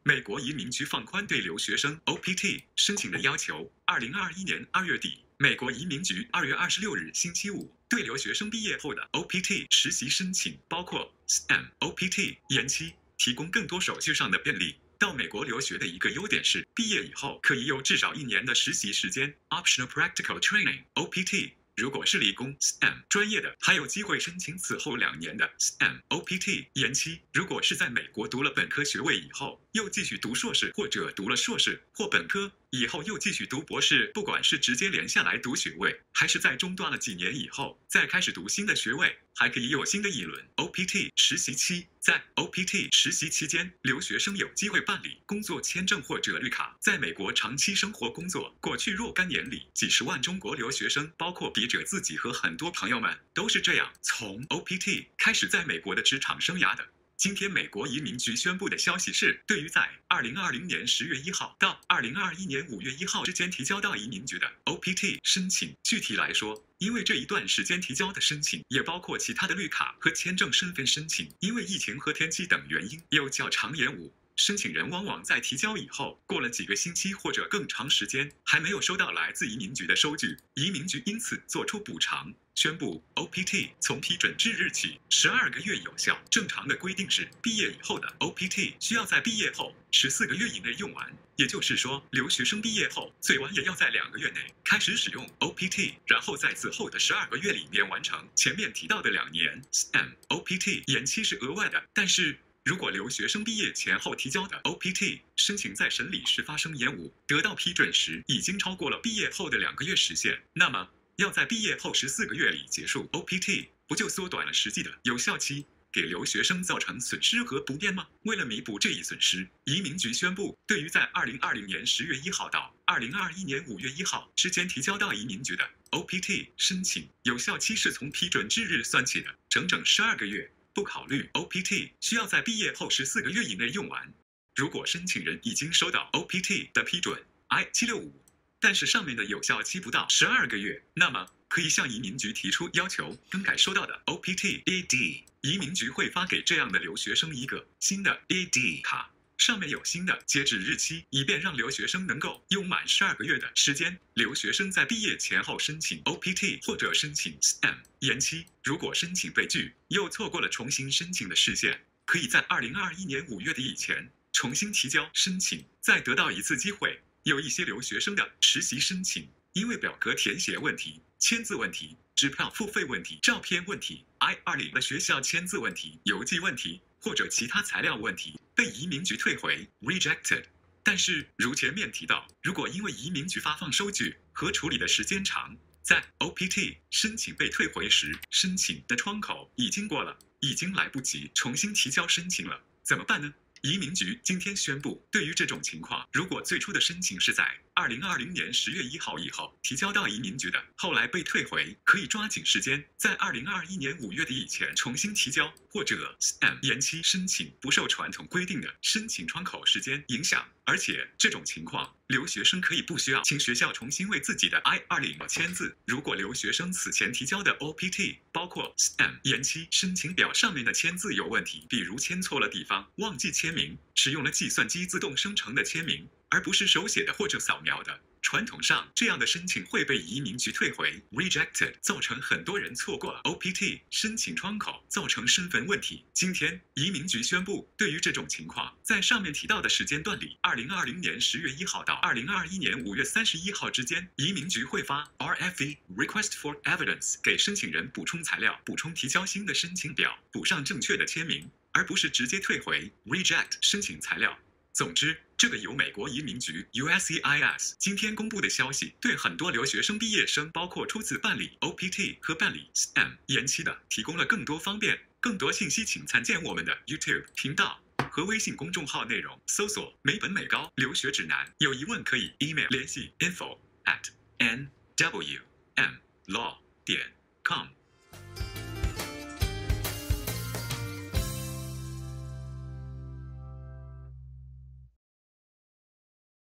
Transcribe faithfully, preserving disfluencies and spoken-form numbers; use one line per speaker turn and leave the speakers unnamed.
美国移民局放宽对留学生 O P T 申请的要求。二零二一年二月底，美国移民局二月二十六日星期五对留学生毕业后的 O P T 实习申请，包括 S T E M、O P T 延期，提供更多手续上的便利。到美国留学的一个优点是，毕业以后可以有至少一年的实习时间 （Optional Practical Training，O P T）。如果是理工 S T E M 专业的，还有机会申请此后两年的 S T E M、O P T 延期。如果是在美国读了本科学位以后，又继续读硕士，或者读了硕士或本科以后又继续读博士，不管是直接连下来读学位，还是在中断了几年以后再开始读新的学位，还可以有新的一轮 O P T 实习期。在 O P T 实习期间，留学生有机会办理工作签证或者绿卡，在美国长期生活工作。过去若干年里，几十万中国留学生，包括笔者自己和很多朋友们，都是这样从 O P T 开始在美国的职场生涯的。今天美国移民局宣布的消息是，对于在二零二零年十月一号到二零二一年五月一号之间提交到移民局的 O P T 申请，具体来说，因为这一段时间提交的申请也包括其他的绿卡和签证身份申请，因为疫情和天气等原因有较长延误，申请人往往在提交以后过了几个星期或者更长时间还没有收到来自移民局的收据，移民局因此做出补偿，宣布 O P T 从批准之日起十二个月有效。正常的规定是，毕业以后的 O P T 需要在毕业后十四个月以内用完，也就是说，留学生毕业后最晚也要在两个月内开始使用 O P T， 然后在此后的十二个月里面完成前面提到的两年 S T E M。O P T 延期是额外的，但是如果留学生毕业前后提交的 O P T 申请在审理时发生延误，得到批准时已经超过了毕业后的两个月时限，那么要在毕业后十四个月里结束 O P T， 不就缩短了实际的有效期，给留学生造成损失和不便吗？为了弥补这一损失，移民局宣布，对于在二零二零年十月一号到二零二一年五月一号之间提交到移民局的 O P T 申请，有效期是从批准之日算起的，整整十二个月。不考虑 O P T 需要在毕业后十四个月以内用完。如果申请人已经收到 O P T 的批准 I 七六五，但是上面的有效期不到十二个月，那么可以向移民局提出要求更改收到的 O P T A D， 移民局会发给这样的留学生一个新的 A D 卡，上面有新的截止日期，以便让留学生能够用满十二个月的时间。留学生在毕业前后申请 O P T 或者申请 S T E M 延期，如果申请被拒，又错过了重新申请的时限，可以在二零二一年五月底以前重新提交申请，再得到一次机会。有一些留学生的实习申请，因为表格填写问题、签字问题、支票付费问题、照片问题、I 二零的学校签字问题、邮寄问题或者其他材料问题，被移民局退回 rejected。 但是如前面提到，如果因为移民局发放收据和处理的时间长，在 O P T 申请被退回时，申请的窗口已经过了，已经来不及重新提交申请了，怎么办呢？移民局今天宣布，对于这种情况，如果最初的申请是在二零二零年十月一号以后提交到移民局的，后来被退回，可以抓紧时间，在二零二一年五月底以前重新提交，或者 S T E M 延期申请，不受传统规定的申请窗口时间影响。而且这种情况，留学生可以不需要请学校重新为自己的 I 二零签字。如果留学生此前提交的 O P T 包括 S T E M 延期申请表上面的签字有问题，比如签错了地方、忘记签名、使用了计算机自动生成的签名，而不是手写的或者扫描的，传统上这样的申请会被移民局退回 rejected， 造成很多人错过了 O P T 申请窗口，造成身份问题。今天移民局宣布，对于这种情况，在上面提到的时间段里，二零二零年十月一号到二零二一年五月三十一号之间，移民局会发 R F E Request for Evidence 给申请人补充材料，补充提交新的申请表，补上正确的签名，而不是直接退回 reject 申请材料。总之，这个由美国移民局 U S C I S 今天公布的消息，对很多留学生毕业生，包括初次办理 O P T 和办理 S T E M 延期的，提供了更多方便。更多信息请参见我们的 YouTube 频道和微信公众号内容，搜索美本美高留学指南。有疑问可以 email 联系 info at n w m law 点 com。